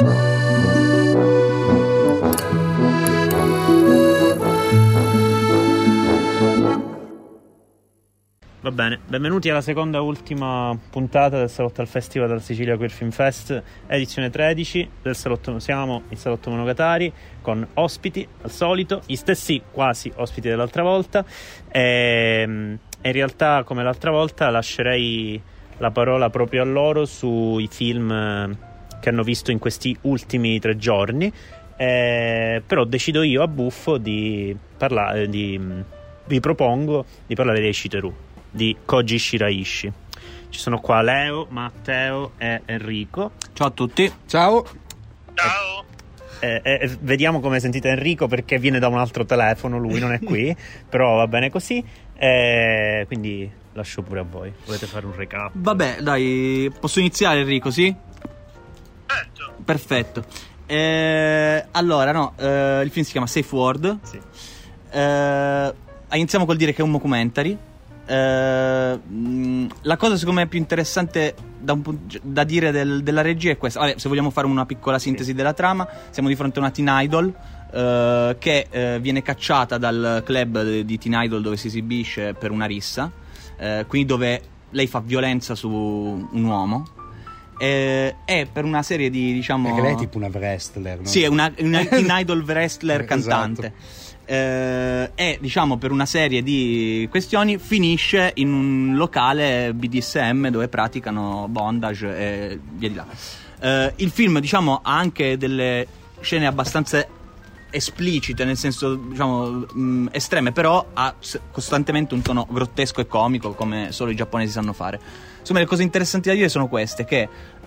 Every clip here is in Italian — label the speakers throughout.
Speaker 1: Va bene, benvenuti alla seconda e ultima puntata del Salotto al Festival della Sicilia Queer Film Fest, edizione 13 del Salotto. Siamo il Salotto Monogatari con ospiti, al solito, gli stessi quasi ospiti dell'altra volta, e in realtà come l'altra volta lascerei la parola proprio a loro sui film che hanno visto in questi ultimi 3 giorni, però decido io a buffo di parlare, vi propongo di parlare di Aishiteru, di Koji Shiraishi. Ci sono qua Leo, Matteo e Enrico.
Speaker 2: Ciao a tutti.
Speaker 3: Ciao.
Speaker 4: Ciao.
Speaker 1: Vediamo come sentite Enrico, perché viene da un altro telefono, lui non è qui, però va bene così, quindi lascio pure a voi. Volete fare un recap?
Speaker 2: Vabbè, dai, posso iniziare, Enrico, sì?
Speaker 4: Certo.
Speaker 2: Perfetto. Allora, no, il film si chiama Safe Word.
Speaker 1: Sì.
Speaker 2: Iniziamo col dire che è un mockumentary. La cosa secondo me più interessante da dire della regia è questa. Vabbè, se vogliamo fare una piccola sintesi della trama, siamo di fronte a una teen idol che viene cacciata dal club di teen idol dove si esibisce per una rissa, quindi dove lei fa violenza su un uomo, e per una serie di, diciamo,
Speaker 3: perché lei è tipo una wrestler, no?
Speaker 2: Sì, è una teen idol wrestler cantante.
Speaker 3: Esatto.
Speaker 2: E diciamo per una serie di questioni finisce in un locale BDSM dove praticano bondage e via di là. Il film, diciamo, ha anche delle scene abbastanza esplicite, nel senso, diciamo, estreme, però ha costantemente un tono grottesco e comico, come solo i giapponesi sanno fare. Insomma, le cose interessanti da dire sono queste, che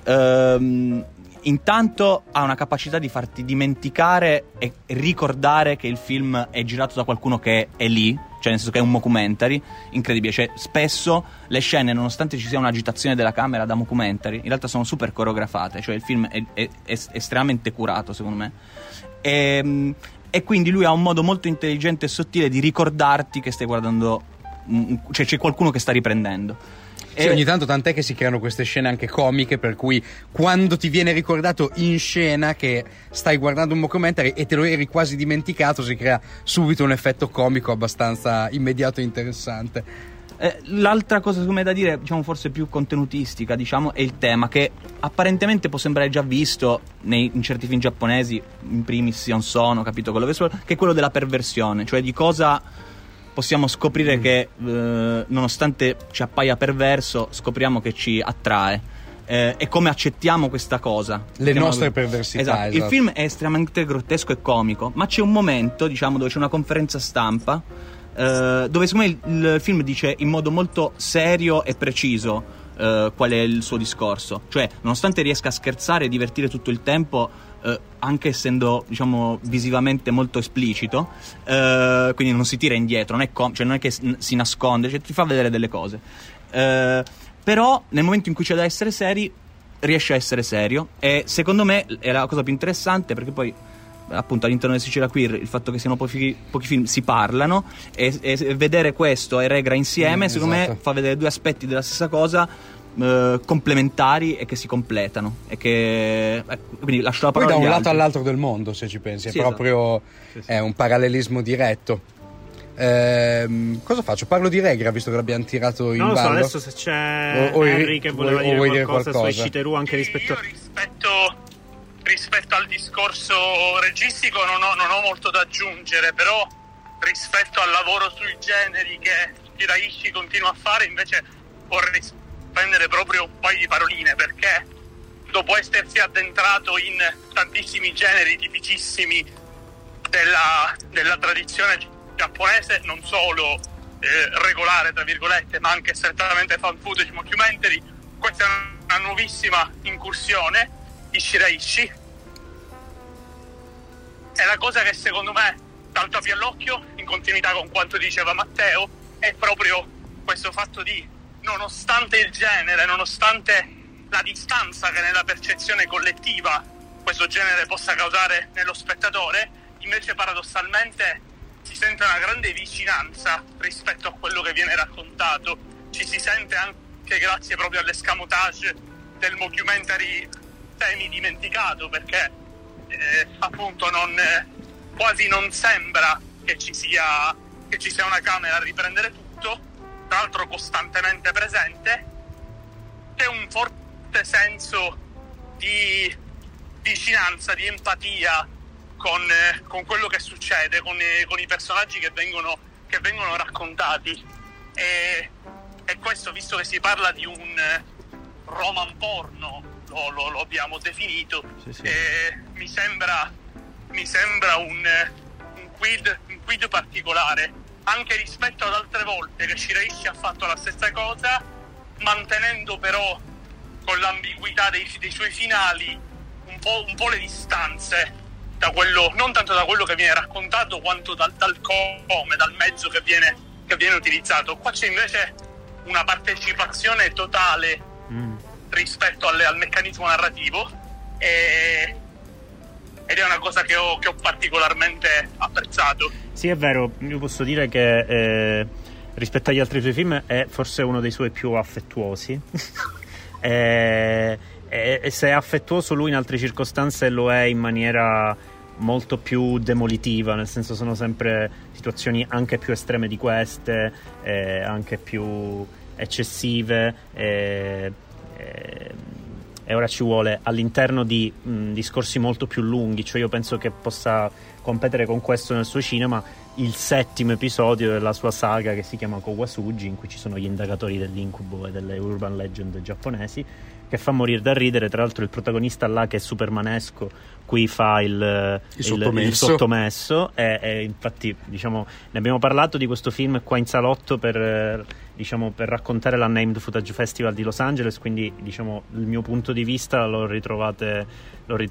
Speaker 2: intanto ha una capacità di farti dimenticare e ricordare che il film è girato da qualcuno che è lì, cioè nel senso che è un mockumentary incredibile. Cioè spesso le scene, nonostante ci sia un'agitazione della camera da mockumentary, in realtà sono super coreografate, cioè il film è estremamente curato, secondo me, e quindi lui ha un modo molto intelligente e sottile di ricordarti che stai guardando, cioè c'è qualcuno che sta riprendendo.
Speaker 3: Sì, ogni tanto, tant'è che si creano queste scene anche comiche, per cui quando ti viene ricordato in scena che stai guardando un mockumentary e te lo eri quasi dimenticato, si crea subito un effetto comico abbastanza immediato e interessante.
Speaker 2: L'altra cosa secondo me da dire, diciamo forse più contenutistica, diciamo, è il tema, che apparentemente può sembrare già visto in certi film giapponesi, in primis Sion Sono, capito quello che è quello della perversione, cioè di cosa possiamo scoprire che nonostante ci appaia perverso, scopriamo che ci attrae, e come accettiamo questa cosa,
Speaker 3: le nostre perversità.
Speaker 2: Esatto. Il film è estremamente grottesco e comico, ma c'è un momento, diciamo, dove c'è una conferenza stampa dove secondo me il film dice in modo molto serio e preciso qual è il suo discorso. Cioè, nonostante riesca a scherzare e divertire tutto il tempo, anche essendo, diciamo, visivamente molto esplicito, quindi non si tira indietro, non è che si nasconde, cioè ti fa vedere delle cose, però nel momento in cui c'è da essere seri riesce a essere serio, e secondo me è la cosa più interessante, perché poi appunto all'interno del Sicilia Queer il fatto che siano pochi film si parlano, e vedere questo e Regra insieme, secondo me fa vedere due aspetti della stessa cosa complementari e che si completano, e che quindi lascio la parola
Speaker 3: poi da un lato
Speaker 2: altri.
Speaker 3: all'altro del mondo, se ci pensi,
Speaker 2: sì,
Speaker 3: è proprio
Speaker 2: esatto.
Speaker 3: È un parallelismo diretto. Cosa faccio? Parlo di Regra, visto che l'abbiamo tirato in ballo.
Speaker 1: Non lo so, adesso se c'è Henry che voleva dire qualcosa su Aishiteru, anche rispetto
Speaker 4: al discorso registico non ho molto da aggiungere, però rispetto al lavoro sui generi che Shiraishi continua a fare, invece vorrei prendere proprio un paio di paroline, perché dopo essersi addentrato in tantissimi generi tipicissimi della tradizione giapponese, non solo regolare tra virgolette, ma anche strettamente fan footage mockumentary, questa è una nuovissima incursione di Shiraishi. È la cosa che secondo me salta più all'occhio, in continuità con quanto diceva Matteo, è proprio questo fatto di, nonostante il genere, nonostante la distanza che nella percezione collettiva questo genere possa causare nello spettatore, invece paradossalmente si sente una grande vicinanza rispetto a quello che viene raccontato. Ci si sente anche grazie proprio all'escamotage del mockumentary semi-dimenticato, perché appunto quasi non sembra che ci sia una camera a riprendere tutto, tra l'altro costantemente presente. C'è un forte senso di vicinanza, di empatia con quello che succede, con i personaggi che vengono raccontati, e questo, visto che si parla di un roman porno, lo abbiamo definito, sì. Mi sembra un quid particolare, anche rispetto ad altre volte che Shiraishi ha fatto la stessa cosa, mantenendo però con l'ambiguità dei suoi finali un po' le distanze da quello, non tanto da quello che viene raccontato quanto dal come, dal mezzo che viene utilizzato. Qua c'è invece una partecipazione totale rispetto al meccanismo narrativo, ed è una cosa che ho particolarmente apprezzato.
Speaker 1: Sì, è vero, io posso dire che rispetto agli altri suoi film è forse uno dei suoi più affettuosi. E se è affettuoso lui in altre circostanze lo è in maniera molto più demolitiva, nel senso sono sempre situazioni anche più estreme di queste, anche più eccessive, e ora ci vuole all'interno di discorsi molto più lunghi. Cioè io penso che possa competere con questo nel suo cinema il 7° episodio della sua saga che si chiama Kowasuji, in cui ci sono gli indagatori dell'incubo e delle urban legend giapponesi, che fa morire da ridere. Tra l'altro il protagonista là, che è supermanesco, qui fa il sottomesso, e infatti diciamo ne abbiamo parlato di questo film qua in salotto per raccontare l'Unnamed Footage Festival di Los Angeles, quindi diciamo il mio punto di vista lo ritrovate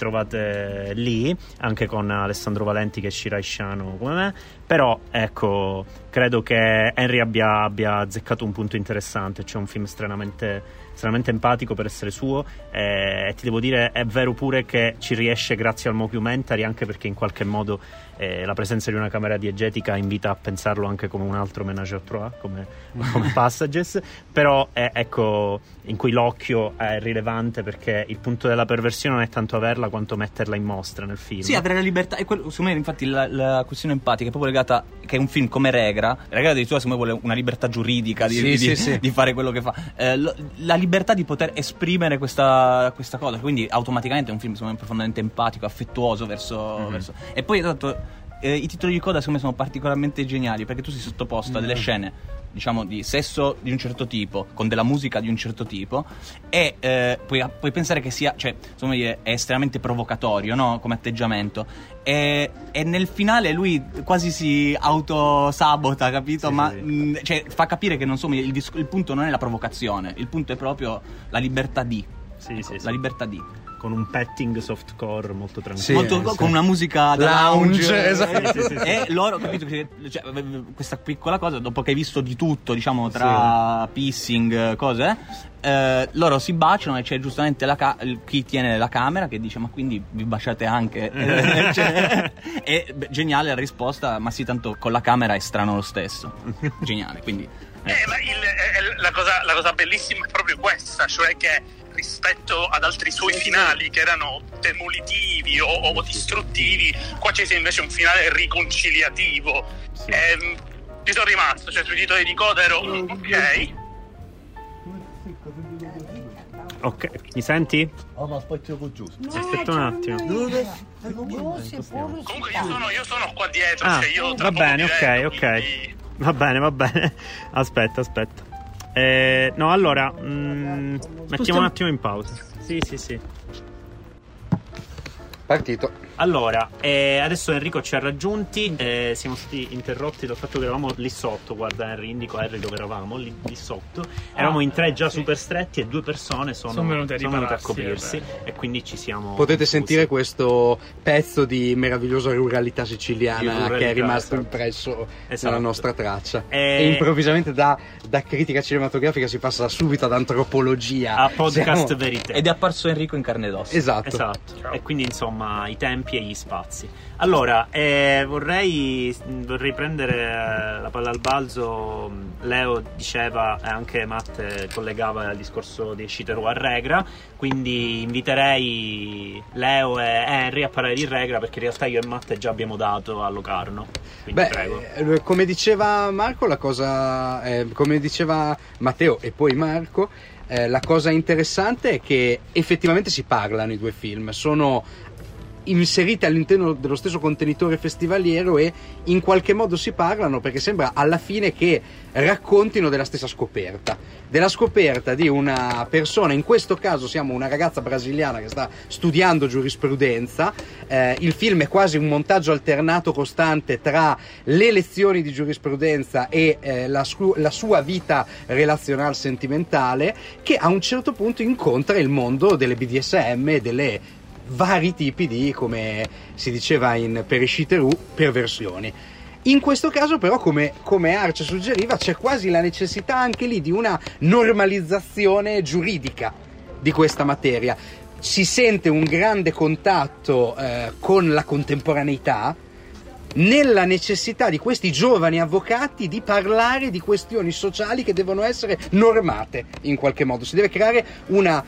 Speaker 1: lì, anche con Alessandro Valenti che è shiraishiano come me. Però ecco, credo che Henry abbia azzeccato un punto interessante. C'è un film stranamente empatico per essere suo, e ti devo dire è vero pure che ci riesce grazie al mockumentary, anche perché in qualche modo la presenza di una camera diegetica invita a pensarlo anche come un altro ménage à trois, come Passages, però ecco, in cui l'occhio è rilevante, perché il punto della perversione non è tanto averla quanto metterla in mostra nel film.
Speaker 2: Sì, avere la libertà, e secondo me infatti la questione empatica è proprio legata, che è un film come Regra addirittura secondo me vuole una libertà giuridica di fare quello che fa, la libertà di poter esprimere questa cosa, quindi automaticamente è un film secondo me profondamente empatico, affettuoso verso e poi tanto i titoli di coda secondo me sono particolarmente geniali, perché tu sei sottoposto a delle scene diciamo di sesso di un certo tipo, con della musica di un certo tipo, e puoi pensare che sia, cioè insomma è estremamente provocatorio, no? Come atteggiamento, e nel finale lui quasi si autosabota, capito? Sì. Cioè fa capire che non so, il punto non è la provocazione, il punto è proprio la libertà di la libertà di,
Speaker 1: con un petting softcore molto tranquillo,
Speaker 2: con una musica da lounge,
Speaker 3: esatto.
Speaker 2: Sì. E loro, capito, cioè, questa piccola cosa, dopo che hai visto di tutto, diciamo, tra pissing, cose, loro si baciano e c'è giustamente chi tiene la camera che dice: ma quindi vi baciate anche? E geniale la risposta: ma sì, tanto con la camera è strano lo stesso. Geniale, quindi
Speaker 4: ma la cosa bellissima è proprio questa, cioè che rispetto ad altri suoi finali che erano demolitivi o distruttivi, qua c'è invece un finale riconciliativo. Sì. Ci sono rimasto, cioè sui titoli di coda ero
Speaker 1: ok, mi senti?
Speaker 5: Ma aspetta giusto.
Speaker 1: Aspetta un attimo.
Speaker 4: Comunque io sono qua dietro, cioè io
Speaker 1: va bene, ok. Va bene. Aspetta. No, allora mettiamo un attimo in pausa. Sì.
Speaker 3: Partito.
Speaker 1: Allora, adesso Enrico ci ha raggiunti, siamo stati interrotti dal fatto che eravamo lì sotto. Guarda Henry, indico Henry dove eravamo, lì sotto. Eravamo in 3 già super stretti e 2 persone sono venute a coprirsi, e quindi ci siamo
Speaker 3: potete sentire questo pezzo di meravigliosa ruralità siciliana che è rimasto impresso nella nostra traccia. E improvvisamente da critica cinematografica si passa subito ad antropologia,
Speaker 1: a podcast verité.
Speaker 2: Ed è apparso Enrico in carne ed ossa.
Speaker 3: Esatto.
Speaker 1: E quindi insomma insomma i tempi e gli spazi. Allora, vorrei prendere la palla al balzo. Leo diceva, e anche Matt collegava il discorso di Shiteru a Regra, quindi inviterei Leo e Henry a parlare di Regra, perché in realtà io e Matt già abbiamo dato a Locarno. Quindi prego.
Speaker 3: Come diceva Marco, come diceva Matteo e poi Marco, la cosa interessante è che effettivamente si parlano i due film, sono inserite all'interno dello stesso contenitore festivaliero e in qualche modo si parlano, perché sembra alla fine che raccontino della stessa scoperta di una persona. In questo caso siamo una ragazza brasiliana che sta studiando giurisprudenza. Il film è quasi un montaggio alternato costante tra le lezioni di giurisprudenza e la sua vita relazionale sentimentale, che a un certo punto incontra il mondo delle BDSM e delle vari tipi di, come si diceva per i Shiteru, perversioni. In questo caso però, come Arce suggeriva, c'è quasi la necessità anche lì di una normalizzazione giuridica di questa materia. Si sente un grande contatto con la contemporaneità, nella necessità di questi giovani avvocati di parlare di questioni sociali che devono essere normate in qualche modo. Si deve creare una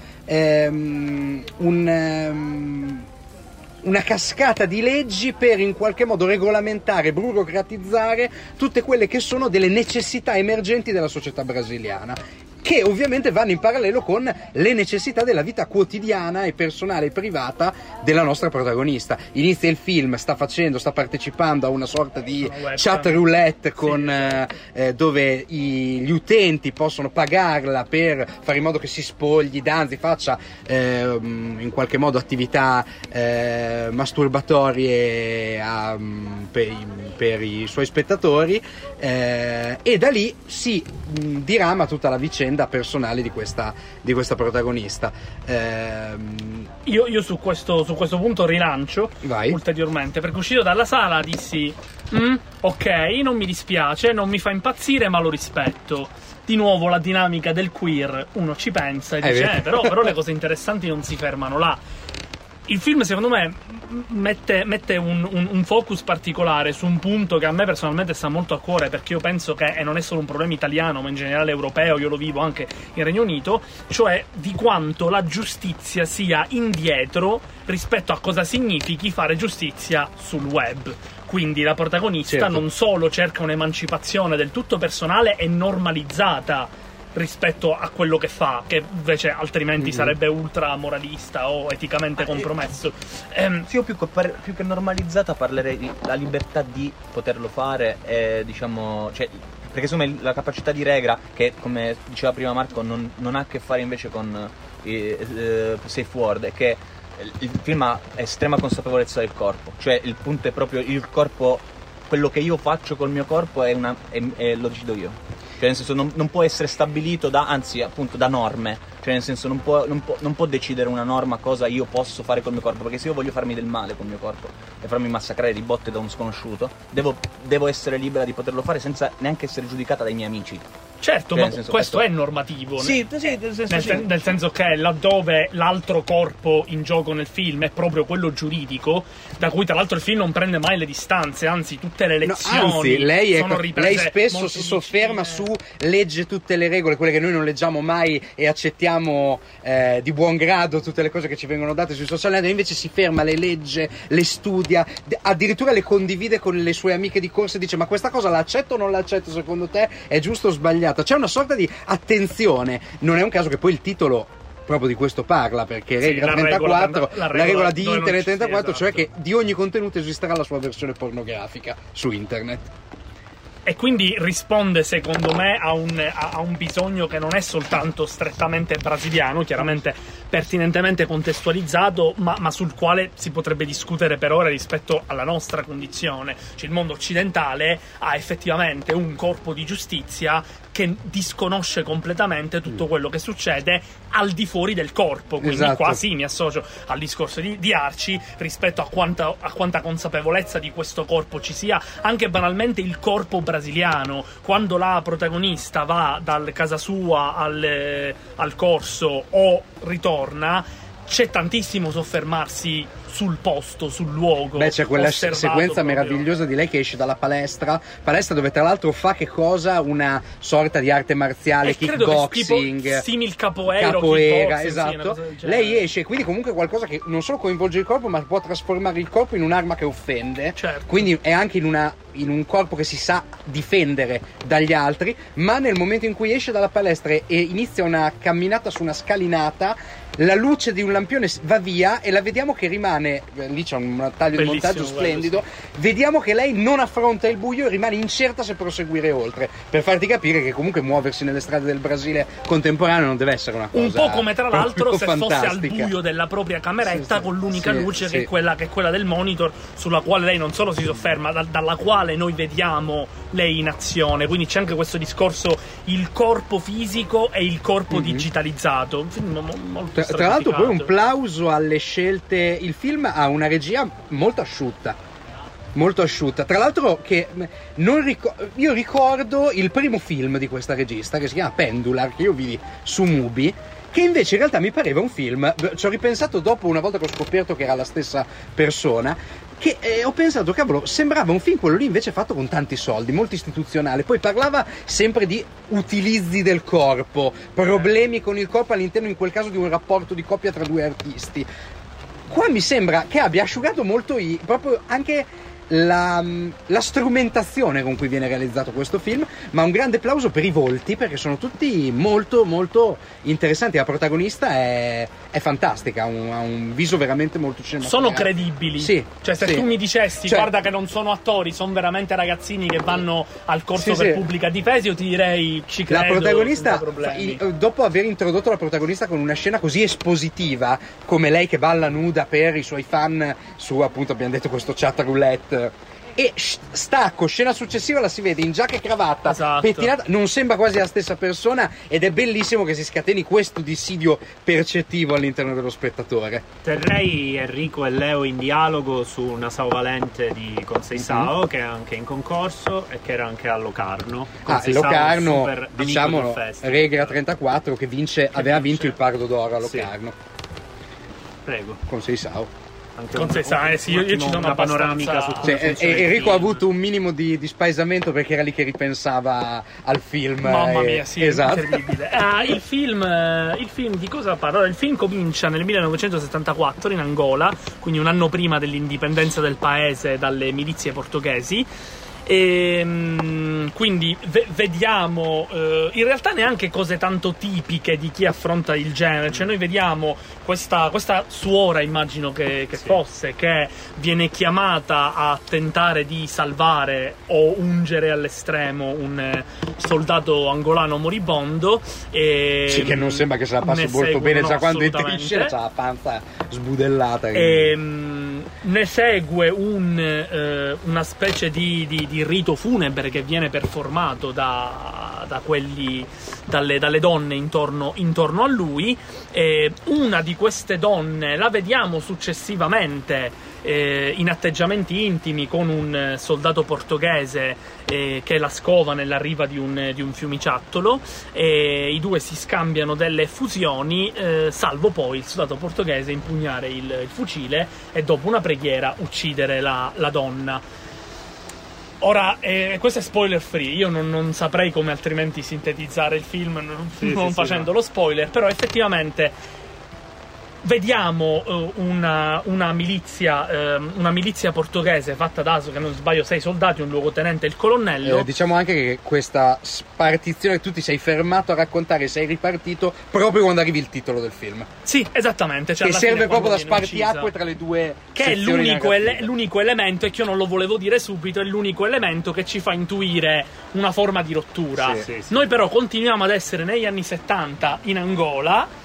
Speaker 3: cascata di leggi per in qualche modo regolamentare, burocratizzare tutte quelle che sono delle necessità emergenti della società brasiliana, che ovviamente vanno in parallelo con le necessità della vita quotidiana e personale e privata della nostra protagonista. Inizia il film, sta partecipando a una sorta di chat roulette dove gli utenti possono pagarla per fare in modo che si spogli, danzi, faccia in qualche modo attività masturbatorie per i suoi spettatori, e da lì si dirama tutta la vicenda personale di questa protagonista.
Speaker 5: Io su questo punto rilancio.
Speaker 3: Vai.
Speaker 5: Ulteriormente, perché uscito dalla sala dissi ok, non mi dispiace, non mi fa impazzire, ma lo rispetto. Di nuovo la dinamica del queer, uno ci pensa e dice però le cose interessanti non si fermano là. Il film secondo me mette un focus particolare su un punto che a me personalmente sta molto a cuore, perché io penso che, e non è solo un problema italiano ma in generale europeo, io lo vivo anche in Regno Unito, cioè di quanto la giustizia sia indietro rispetto a cosa significhi fare giustizia sul web. Quindi la protagonista non solo cerca un'emancipazione del tutto personale e normalizzata rispetto a quello che fa, che invece altrimenti sarebbe ultra moralista o eticamente compromesso.
Speaker 2: Sì, io più che normalizzata parlerei di la libertà di poterlo fare, diciamo, cioè, perché insomma la capacità di Regra, che come diceva prima Marco non ha a che fare invece con Safe Word, è che il film ha estrema consapevolezza del corpo, cioè il punto è proprio il corpo, quello che io faccio col mio corpo lo decido io. Cioè nel senso non può essere stabilito anzi appunto da norme, cioè nel senso non può decidere una norma cosa io posso fare col mio corpo, perché se io voglio farmi del male col mio corpo e farmi massacrare di botte da uno sconosciuto, devo essere libera di poterlo fare senza neanche essere giudicata dai miei amici.
Speaker 5: Certo, ma questo è normativo. Nel senso che laddove l'altro corpo in gioco nel film è proprio quello giuridico, da cui tra l'altro il film non prende mai le distanze, anzi tutte le lezioni sono riprese.
Speaker 3: Lei spesso si sofferma su legge tutte le regole, quelle che noi non leggiamo mai e accettiamo di buon grado, tutte le cose che ci vengono date sui social network, invece si ferma, le legge, le studia, addirittura le condivide con le sue amiche di corsa e dice: ma questa cosa l'accetto o non l'accetto, secondo te è giusto o sbagliato? C'è una sorta di attenzione. Non è un caso che poi il titolo proprio di questo parla, perché regola 34, la regola di Internet 34, cioè che di ogni contenuto esisterà la sua versione pornografica su Internet.
Speaker 5: E quindi risponde secondo me a un bisogno che non è soltanto strettamente brasiliano, chiaramente pertinentemente contestualizzato, ma sul quale si potrebbe discutere per ore rispetto alla nostra condizione. Cioè il mondo occidentale ha effettivamente un corpo di giustizia che disconosce completamente tutto quello che succede al di fuori del corpo. Quindi qua sì, mi associo al discorso di Arci rispetto a quanta consapevolezza di questo corpo ci sia, anche banalmente il corpo brasiliano. Quando la protagonista va da casa sua al corso o ritorna, c'è tantissimo soffermarsi sul posto, sul luogo.
Speaker 3: Beh, c'è quella
Speaker 5: osservato
Speaker 3: sequenza
Speaker 5: proprio.
Speaker 3: meravigliosa di lei che esce dalla palestra dove tra l'altro fa che cosa? Una sorta di arte marziale, kickboxing,
Speaker 5: tipo simil capoeira,
Speaker 3: capoeira,
Speaker 5: kickboxing, sì,
Speaker 3: esatto.
Speaker 5: una cosa del genere.
Speaker 3: Lei esce, quindi comunque qualcosa che non solo coinvolge il corpo, ma può trasformare il corpo in un'arma che offende.
Speaker 5: Certo.
Speaker 3: Quindi è anche in un corpo che si sa difendere dagli altri, ma nel momento in cui esce dalla palestra e inizia una camminata su una scalinata, la luce di un lampione va via e la vediamo che rimane, lì c'è un taglio di montaggio splendido, vediamo che lei non affronta il buio e rimane incerta se proseguire oltre, per farti capire che comunque muoversi nelle strade del Brasile contemporaneo non deve essere una cosa
Speaker 5: un po' come tra l'altro se
Speaker 3: fantastica.
Speaker 5: fosse al buio della propria cameretta,
Speaker 3: Sì,
Speaker 5: con l'unica luce
Speaker 3: sì.
Speaker 5: che è quella del monitor, sulla quale lei non solo si sofferma, dalla quale noi vediamo lei in azione. Quindi c'è anche questo discorso, il corpo fisico e il corpo digitalizzato. Un film molto
Speaker 3: Tra l'altro poi un
Speaker 5: stratificato.
Speaker 3: plauso alle scelte. Il film ha una regia molto asciutta. Tra l'altro che io ricordo il primo film di questa regista, che si chiama Pendular, che io vidi su Mubi, che invece in realtà mi pareva un film. Ci ho ripensato dopo, una volta che ho scoperto che era la stessa persona, che ho pensato, cavolo, sembrava un film quello lì invece fatto con tanti soldi, molto istituzionale. Poi parlava sempre di utilizzi del corpo, problemi con il corpo all'interno in quel caso di un rapporto di coppia tra due artisti. Qua mi sembra che abbia asciugato molto proprio anche la strumentazione con cui viene realizzato questo film, ma un grande applauso per i volti, perché sono tutti molto molto interessanti. La protagonista è fantastica, ha un viso veramente molto cinematografico.
Speaker 5: Sono credibili.
Speaker 3: Sì,
Speaker 5: cioè se
Speaker 3: sì.
Speaker 5: tu mi dicessi
Speaker 3: Cioè,
Speaker 5: guarda che non sono attori, sono veramente ragazzini che vanno al corso
Speaker 3: Sì,
Speaker 5: per
Speaker 3: sì.
Speaker 5: pubblica difesa, io ti direi ci credo.
Speaker 3: La protagonista,
Speaker 5: senza problemi.
Speaker 3: dopo aver introdotto la protagonista con una scena così espositiva come lei che balla nuda per i suoi fan su, appunto, abbiamo detto, questo chat roulette, e stacco, scena successiva la si vede in giacca e cravatta,
Speaker 5: Esatto.
Speaker 3: pettinata, non sembra quasi la stessa persona, ed è bellissimo che si scateni questo dissidio percettivo all'interno dello spettatore.
Speaker 1: Terrei Enrico e Leo in dialogo su una Sao Valente di Conceição, che è anche in concorso e che era anche a Locarno. Conceição,
Speaker 3: Locarno,
Speaker 1: super amico
Speaker 3: diciamolo,
Speaker 1: del festival.
Speaker 3: Reghera 34 che aveva vinto il Pardo d'Oro a Locarno.
Speaker 1: Prego.
Speaker 3: Conceição.
Speaker 1: Anche
Speaker 5: Conceição, sì, io ci sono
Speaker 1: una panoramica su
Speaker 5: abbastanza-
Speaker 1: come funziona il
Speaker 3: Enrico ha
Speaker 1: film.
Speaker 3: avuto un minimo di spaesamento perché era lì che ripensava al film.
Speaker 5: Mamma mia, sì,
Speaker 3: esatto.
Speaker 5: incredibile. Il film di cosa parla? Allora, il film comincia nel 1974 in Angola, quindi un anno prima dell'indipendenza del paese dalle milizie portoghesi. E quindi vediamo in realtà neanche cose tanto tipiche di chi affronta il genere, cioè noi vediamo questa suora, immagino che fosse, che viene chiamata a tentare di salvare o ungere all'estremo un soldato angolano moribondo, e
Speaker 3: Sì, che non sembra che se la passi
Speaker 5: ne
Speaker 3: molto
Speaker 5: seguono,
Speaker 3: bene già quando entra in
Speaker 5: assolutamente.
Speaker 3: scena, c'ha la panza sbudellata.
Speaker 5: Ne segue una specie di rito funebre che viene performato dalle donne intorno a lui. Una di queste donne la vediamo successivamente in atteggiamenti intimi con un soldato portoghese che la scova nella riva di un fiumiciattolo, e i due si scambiano delle effusioni, salvo poi il soldato portoghese impugnare il fucile e dopo una preghiera uccidere la donna. Ora, questo è spoiler free, io non saprei come altrimenti sintetizzare il film non facendo lo spoiler, però effettivamente vediamo una milizia portoghese fatta da, se non sbaglio, 6 soldati, un luogotenente e il colonnello.
Speaker 3: Diciamo anche che questa spartizione, tu ti sei fermato a raccontare, sei ripartito proprio quando arrivi il titolo del film,
Speaker 5: Sì, esattamente, cioè
Speaker 3: che
Speaker 5: alla
Speaker 3: serve
Speaker 5: fine,
Speaker 3: proprio da
Speaker 5: quando viene
Speaker 3: spartiacque
Speaker 5: uccisa,
Speaker 3: tra le due
Speaker 5: che è
Speaker 3: sezioni narrative.
Speaker 5: l'unico elemento, e che io non lo volevo dire subito, è l'unico elemento che ci fa intuire una forma di rottura.
Speaker 3: Sì.
Speaker 5: Noi però continuiamo ad essere negli anni 70 in Angola,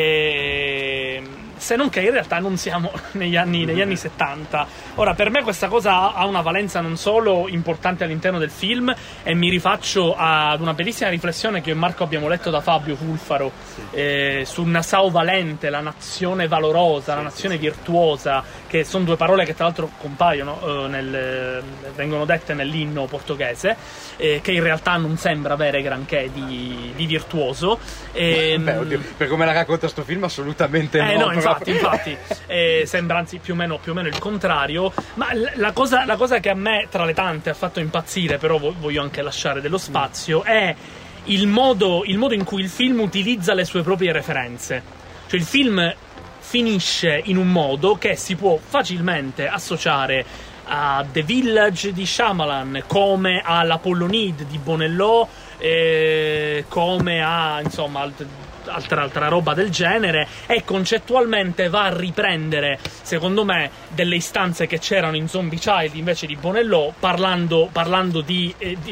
Speaker 5: se non che in realtà non siamo negli anni 70. Ora, per me questa cosa ha una valenza non solo importante all'interno del film, e mi rifaccio ad una bellissima riflessione che io e Marco abbiamo letto da Fabio Fulfaro su una Sao Valente, la nazione valorosa, la nazione virtuosa, che sono due parole che tra l'altro compaiono vengono dette nell'inno portoghese, che in realtà non sembra avere granché di virtuoso.
Speaker 3: Beh, oddio, per come la racconta sto film assolutamente no,
Speaker 5: No,
Speaker 3: però
Speaker 5: infatti sembra anzi più o meno il contrario. Ma la cosa che a me, tra le tante, ha fatto impazzire, però voglio anche lasciare dello spazio, è il modo in cui il film utilizza le sue proprie referenze. Cioè, il film finisce in un modo che si può facilmente associare a The Village di Shyamalan, come all'Apollonide di Bonello, come a insomma altra roba del genere, e concettualmente va a riprendere, secondo me, delle istanze che c'erano in Zombie Child invece di Bonello, parlando di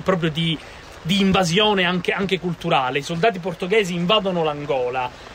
Speaker 5: invasione anche culturale. I soldati portoghesi invadono l'Angola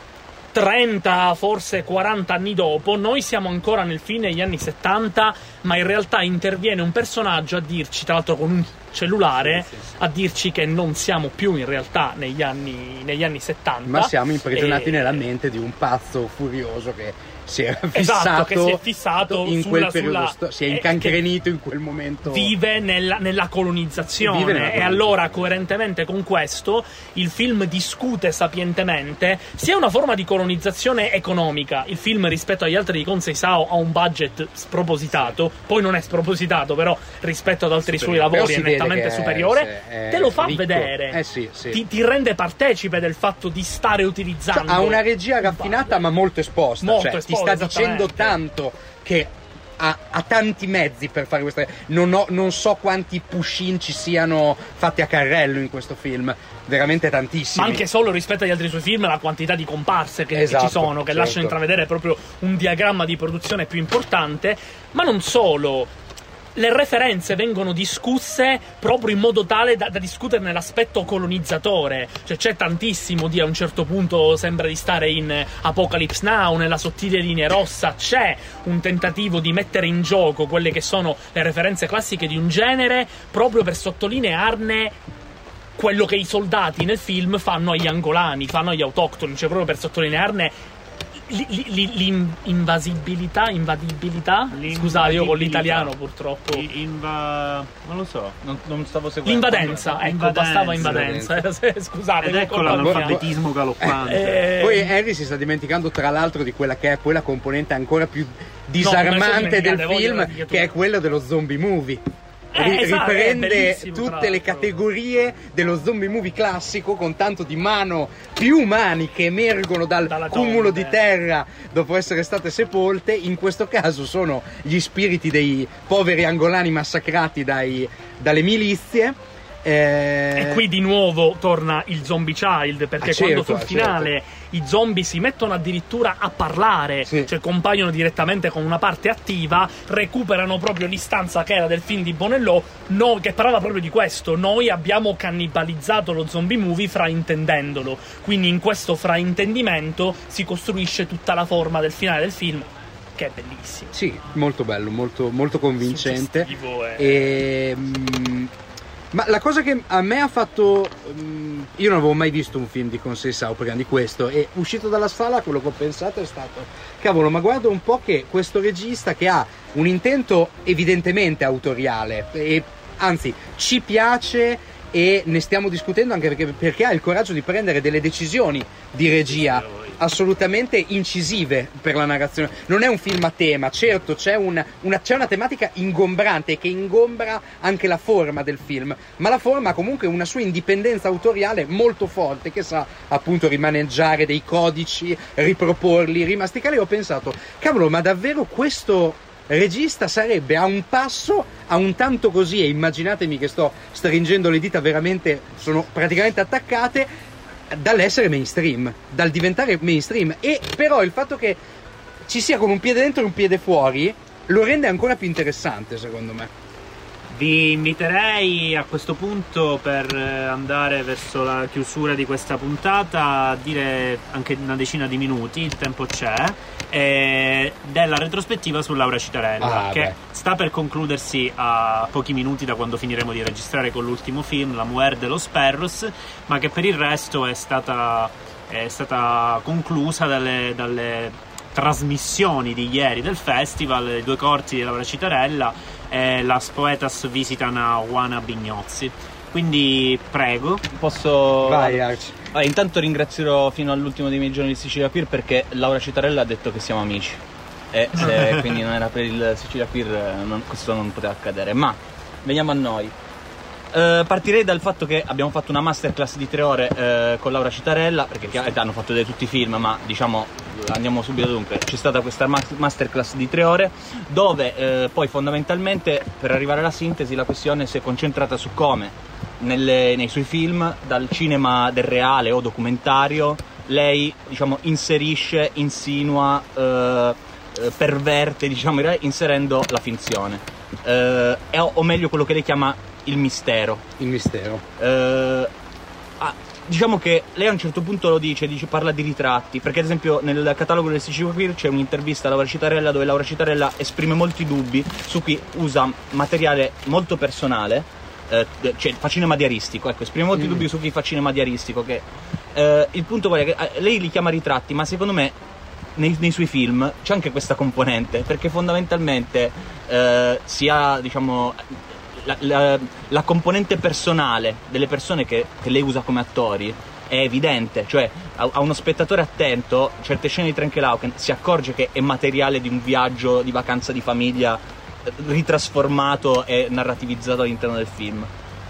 Speaker 5: 30, forse 40 anni dopo, noi siamo ancora nel fine degli anni 70, ma in realtà interviene un personaggio a dirci, tra l'altro con un cellulare, a dirci che non siamo più in realtà negli anni 70,
Speaker 3: ma siamo imprigionati nella mente di un pazzo furioso che si è fissato,
Speaker 5: esatto, che si è fissato
Speaker 3: in quel periodo, si è incancrenito in quel momento,
Speaker 5: vive nella colonizzazione. E allora, coerentemente con questo, il film discute sapientemente sia una forma di colonizzazione economica. Il film, rispetto agli altri di Konsei Sao, ha un budget spropositato, poi non è spropositato, però rispetto ad altri suoi lavori è nettamente superiore, te lo fa
Speaker 3: ricco.
Speaker 5: vedere,
Speaker 3: sì.
Speaker 5: Ti rende partecipe del fatto di stare utilizzando,
Speaker 3: ha una regia raffinata ma molto esposta, ti sta dicendo tanto, che ha tanti mezzi per fare questa. Non so quanti push-in ci siano fatti a carrello in questo film, veramente tantissimi.
Speaker 5: Ma anche solo rispetto agli altri suoi film, la quantità di comparse che ci sono, che lasciano intravedere proprio un diagramma di produzione più importante. Ma non solo, le referenze vengono discusse proprio in modo tale da discuterne l'aspetto colonizzatore. Cioè, c'è tantissimo a un certo punto sembra di stare in Apocalypse Now, nella sottile linea rossa c'è un tentativo di mettere in gioco quelle che sono le referenze classiche di un genere, proprio per sottolinearne quello che i soldati nel film fanno agli angolani, fanno agli autoctoni, cioè proprio per sottolinearne l'invadibilità. Scusate, io con l'italiano purtroppo
Speaker 1: non lo so, non stavo seguendo.
Speaker 5: L'invadenza, ecco, bastava invadenza. Scusate,
Speaker 1: ed ecco l'analfabetismo galoppante.
Speaker 3: Poi Harry si sta dimenticando, tra l'altro, di quella che è poi la componente ancora più disarmante del film, che è quello dello zombie movie. Riprende tutte le categorie dello zombie movie classico, con tanto di mano più umani che emergono dal cumulo di terra dopo essere state sepolte. In questo caso sono gli spiriti dei poveri angolani massacrati dalle milizie.
Speaker 5: E qui di nuovo torna il Zombie Child, perché quando sul finale i zombie si mettono addirittura a parlare, cioè compaiono direttamente con una parte attiva, recuperano proprio l'istanza che era del film di Bonello, che parlava proprio di questo: noi abbiamo cannibalizzato lo zombie movie fraintendendolo. Quindi in questo fraintendimento si costruisce tutta la forma del finale del film, che è bellissimo.
Speaker 3: Sì, molto bello, molto, molto convincente. Ma la cosa che a me ha fatto, io non avevo mai visto un film di Konsei Sao prima di questo, e uscito dalla sala quello che ho pensato è stato: cavolo, ma guarda un po' che questo regista, che ha un intento evidentemente autoriale, e anzi ci piace e ne stiamo discutendo anche perché ha il coraggio di prendere delle decisioni di regia assolutamente incisive per la narrazione. Non è un film a tema, certo c'è una tematica ingombrante che ingombra anche la forma del film, ma la forma ha comunque una sua indipendenza autoriale molto forte, che sa appunto rimaneggiare dei codici, riproporli, rimasticare. Io ho pensato, cavolo, ma davvero questo regista sarebbe a un passo, a un tanto così, e immaginatemi che sto stringendo le dita, veramente sono praticamente attaccate, dall'essere mainstream, dal diventare mainstream. E però il fatto che ci sia con un piede dentro e un piede fuori lo rende ancora più interessante, secondo me.
Speaker 1: Vi inviterei a questo punto, per andare verso la chiusura di questa puntata, a dire anche una decina di minuti, il tempo c'è, della retrospettiva su Laura Citarella, che sta per concludersi a pochi minuti da quando finiremo di registrare con l'ultimo film, La Mujer de los Perros, ma che per il resto è stata conclusa dalle trasmissioni di ieri del festival, i due corti di Laura Citarella e Las Poetas Visitan a Juana Bignozzi.
Speaker 2: Quindi prego, posso...
Speaker 3: Vai Arci.
Speaker 2: Intanto ringrazierò fino all'ultimo dei miei giorni di Sicilia Queer perché Laura Citarella ha detto che siamo amici e se quindi non era per il Sicilia Queer questo non poteva accadere. Ma veniamo a noi. Partirei dal fatto che abbiamo fatto una masterclass di 3 ore con Laura Citarella, perché hanno fatto vedere tutti i film, ma diciamo andiamo subito dunque. C'è stata questa masterclass di 3 ore dove poi fondamentalmente, per arrivare alla sintesi, la questione si è concentrata su come nei suoi film, dal cinema del reale o documentario, lei diciamo inserisce, insinua, perverte, diciamo, inserendo la finzione, o meglio quello che lei chiama il mistero.
Speaker 3: Il mistero.
Speaker 2: Diciamo che lei a un certo punto lo dice, parla di ritratti, perché ad esempio nel catalogo del Sicilia Queer c'è un'intervista a Laura Citarella dove Laura Citarella esprime molti dubbi su cui usa materiale molto personale, cioè fa cinema diaristico, ecco, esprime molti dubbi su chi fa cinema diaristico, che il punto qual è che lei li chiama ritratti, ma secondo me nei suoi film c'è anche questa componente, perché fondamentalmente sia diciamo la componente personale delle persone che lei usa come attori è evidente, cioè a uno spettatore attento certe scene di Trenkelauken si accorge che è materiale di un viaggio di vacanza di famiglia ritrasformato e narrativizzato all'interno del film.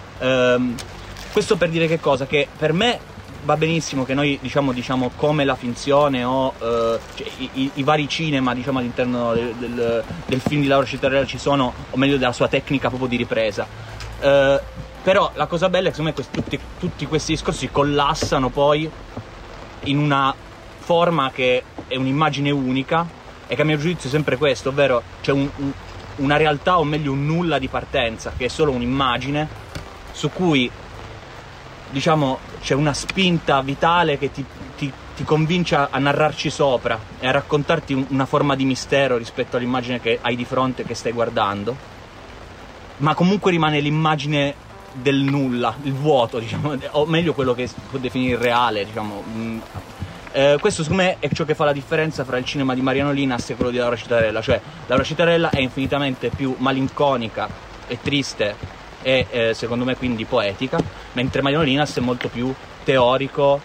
Speaker 2: Questo per dire che cosa? Che per me va benissimo che noi diciamo come la finzione o cioè, i vari cinema diciamo all'interno del film di Laura Citarella ci sono, o meglio della sua tecnica proprio di ripresa, però la cosa bella è che secondo me tutti questi discorsi collassano poi in una forma che è un'immagine unica e che a mio giudizio è sempre questo, ovvero c'è una realtà, o meglio un nulla di partenza, che è solo un'immagine su cui diciamo c'è una spinta vitale che ti convince a narrarci sopra e a raccontarti una forma di mistero rispetto all'immagine che hai di fronte, che stai guardando, ma comunque rimane l'immagine del nulla, il vuoto, diciamo, o meglio quello che si può definire reale, diciamo. Questo secondo me è ciò che fa la differenza fra il cinema di Mariano Linas e quello di Laura Citarella, cioè Laura Citarella è infinitamente più malinconica e triste e secondo me quindi poetica, mentre Mariano Linas è molto più teorico,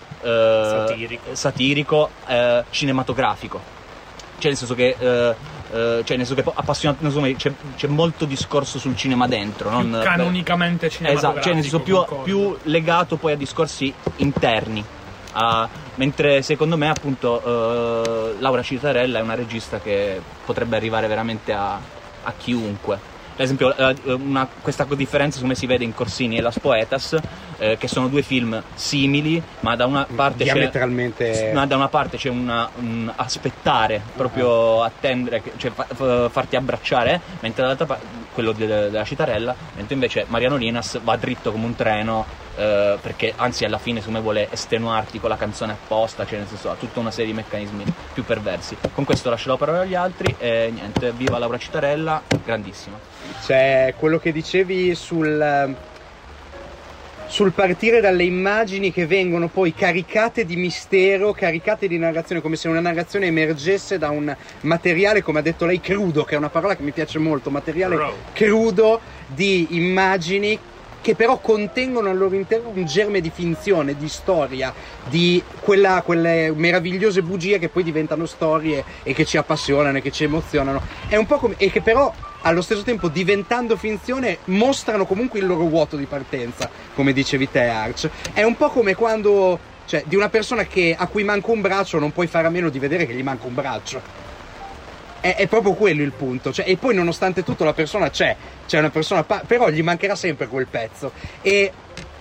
Speaker 2: satirico, cinematografico, cioè nel senso che appassionato, insomma, c'è molto discorso sul cinema dentro, non
Speaker 5: canonicamente cinematografico,
Speaker 2: esatto, cioè nel senso più legato poi a discorsi interni. Mentre secondo me appunto Laura Citarella è una regista che potrebbe arrivare veramente a chiunque. Per esempio questa differenza secondo me si vede in Corsini e Las Poetas, che sono 2 film simili, ma da una parte
Speaker 3: diametralmente
Speaker 2: da una parte c'è un aspettare, proprio attendere, cioè farti abbracciare, mentre dall'altra parte quello della Citarella, mentre invece Mariano Linas va dritto come un treno, perché anzi alla fine secondo me vuole estenuarti con la canzone apposta, cioè nel senso ha tutta una serie di meccanismi più perversi. Con questo lascio la parola agli altri e niente, viva Laura Citarella, grandissima.
Speaker 3: C'è quello che dicevi sul partire dalle immagini che vengono poi caricate di mistero, caricate di narrazione, come se una narrazione emergesse da un materiale, come ha detto lei, crudo, che è una parola che mi piace molto, materiale crudo di immagini che però contengono al loro interno un germe di finzione, di storia, di quelle meravigliose bugie che poi diventano storie e che ci appassionano e che ci emozionano. È un po' come, e che però allo stesso tempo, diventando finzione, mostrano comunque il loro vuoto di partenza, come dicevi te, Arch. È un po' come quando, cioè, di una persona a cui manca un braccio non puoi fare a meno di vedere che gli manca un braccio. È proprio quello il punto, cioè, e poi nonostante tutto la persona c'è una persona, però gli mancherà sempre quel pezzo. E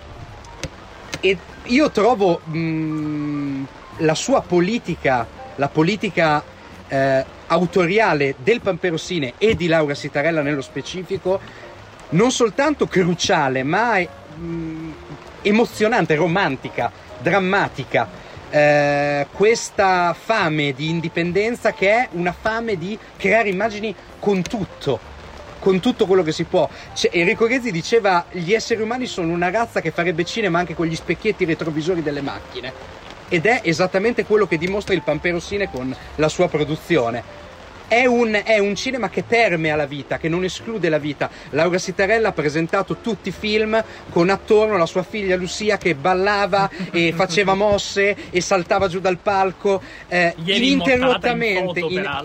Speaker 3: io trovo la sua politica, la politica autoriale del Pamperossine e di Laura Citarella nello specifico, non soltanto cruciale, ma emozionante, romantica, drammatica. Questa fame di indipendenza, che è una fame di creare immagini con tutto quello che si può. Enrico Ghezzi diceva: gli esseri umani sono una razza che farebbe cinema anche con gli specchietti retrovisori delle macchine, ed è esattamente quello che dimostra il Pamperossine con la sua produzione. È un cinema che permea la vita, che non esclude la vita. Laura Sitarella ha presentato tutti i film con attorno la sua figlia Lucia che ballava e faceva mosse e saltava giù dal palco ininterrottamente.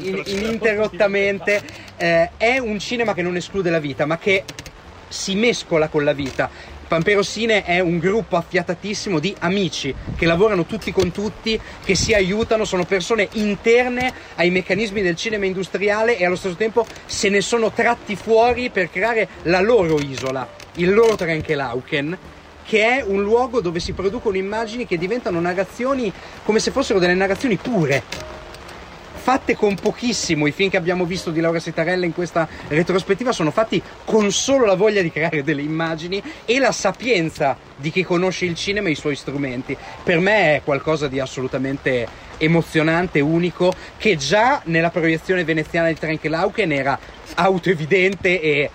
Speaker 3: È un cinema che non esclude la vita, ma che si mescola con la vita. Pampero Cine è un gruppo affiatatissimo di amici che lavorano tutti con tutti, che si aiutano, sono persone interne ai meccanismi del cinema industriale e allo stesso tempo se ne sono tratti fuori per creare la loro isola, il loro Trenkelauken, che è un luogo dove si producono immagini che diventano narrazioni come se fossero delle narrazioni pure, fatte con pochissimo. I film che abbiamo visto di Laura Sitarella in questa retrospettiva sono fatti con solo la voglia di creare delle immagini e la sapienza di chi conosce il cinema e i suoi strumenti. Per me è qualcosa di assolutamente emozionante, unico, che già nella proiezione veneziana di Trenkelauken era autoevidente e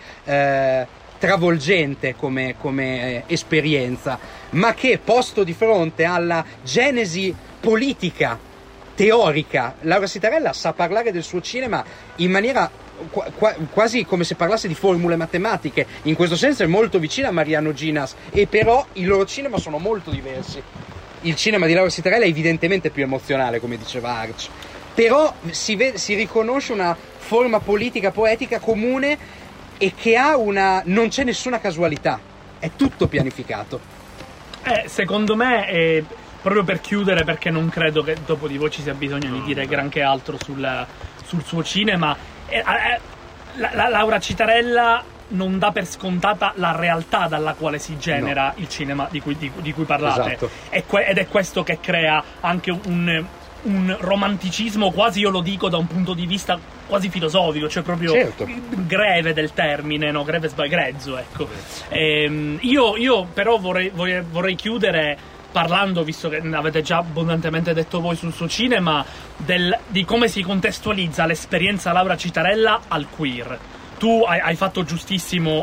Speaker 3: travolgente come esperienza, ma che posto di fronte alla genesi politica teorica, Laura Sitarella sa parlare del suo cinema in maniera quasi come se parlasse di formule matematiche. In questo senso è molto vicina a Mariano Ginas, e però i loro cinema sono molto diversi. Il cinema di Laura Sitarella è evidentemente più emozionale, come diceva Arch, però si riconosce una forma politica poetica comune e che non c'è nessuna casualità, è tutto pianificato.
Speaker 5: Secondo me proprio per chiudere, perché non credo che dopo di voi ci sia bisogno di dire granché altro sul suo cinema, la Laura Sitarella non dà per scontata la realtà dalla quale si genera il cinema di cui parlate.
Speaker 3: Esatto.
Speaker 5: Ed è questo che crea anche un romanticismo quasi, io lo dico da un punto di vista quasi filosofico, cioè proprio greve del termine, no? Grezzo, ecco. Io però vorrei chiudere parlando, visto che avete già abbondantemente detto voi sul suo cinema, di come si contestualizza l'esperienza Laura Sitarella al queer. Tu hai fatto giustamente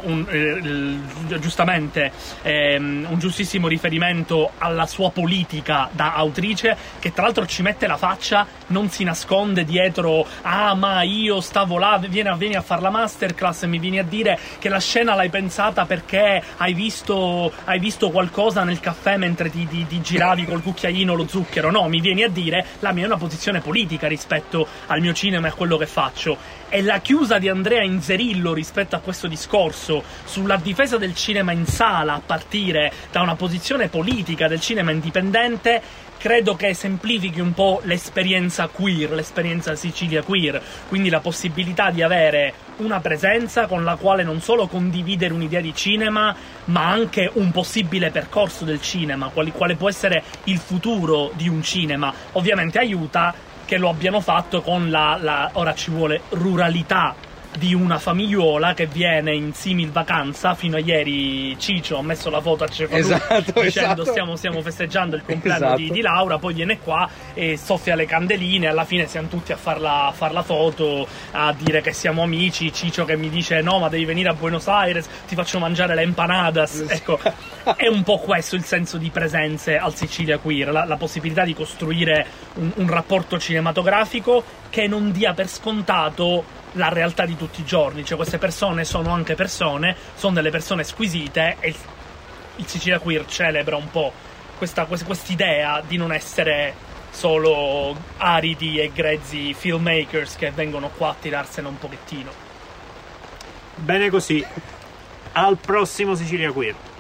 Speaker 5: un giustissimo riferimento alla sua politica da autrice, che tra l'altro ci mette la faccia, non si nasconde dietro ma io stavo là, vieni a fare la masterclass e mi vieni a dire che la scena l'hai pensata perché hai visto qualcosa nel caffè mentre ti giravi col cucchiaino lo zucchero. No, mi vieni a dire la mia è una posizione politica rispetto al mio cinema e a quello che faccio. E la chiusa di Andrea Inzerillo rispetto a questo discorso sulla difesa del cinema in sala a partire da una posizione politica del cinema indipendente credo che esemplifichi un po' l'esperienza queer, l'esperienza Sicilia queer, quindi la possibilità di avere una presenza con la quale non solo condividere un'idea di cinema, ma anche un possibile percorso del cinema, quale può essere il futuro di un cinema. Ovviamente aiuta che lo abbiano fatto con ora ci vuole ruralità di una famigliuola che viene in simil vacanza. Fino a ieri Ciccio ha messo la foto a Cefalù dicendo stiamo festeggiando il compleanno di Laura, poi viene qua e soffia le candeline, alla fine siamo tutti a far la foto, a dire che siamo amici. Ciccio che mi dice no, ma devi venire a Buenos Aires, ti faccio mangiare le empanadas. Ecco, è un po' questo il senso di presenze al Sicilia Queer, la possibilità di costruire un rapporto cinematografico che non dia per scontato la realtà di tutti i giorni. Cioè, queste persone sono anche persone, sono delle persone squisite, e il Sicilia Queer celebra un po' quest'idea di non essere solo aridi e grezzi filmmakers che vengono qua a tirarsene un pochettino.
Speaker 1: Bene così, al prossimo Sicilia Queer.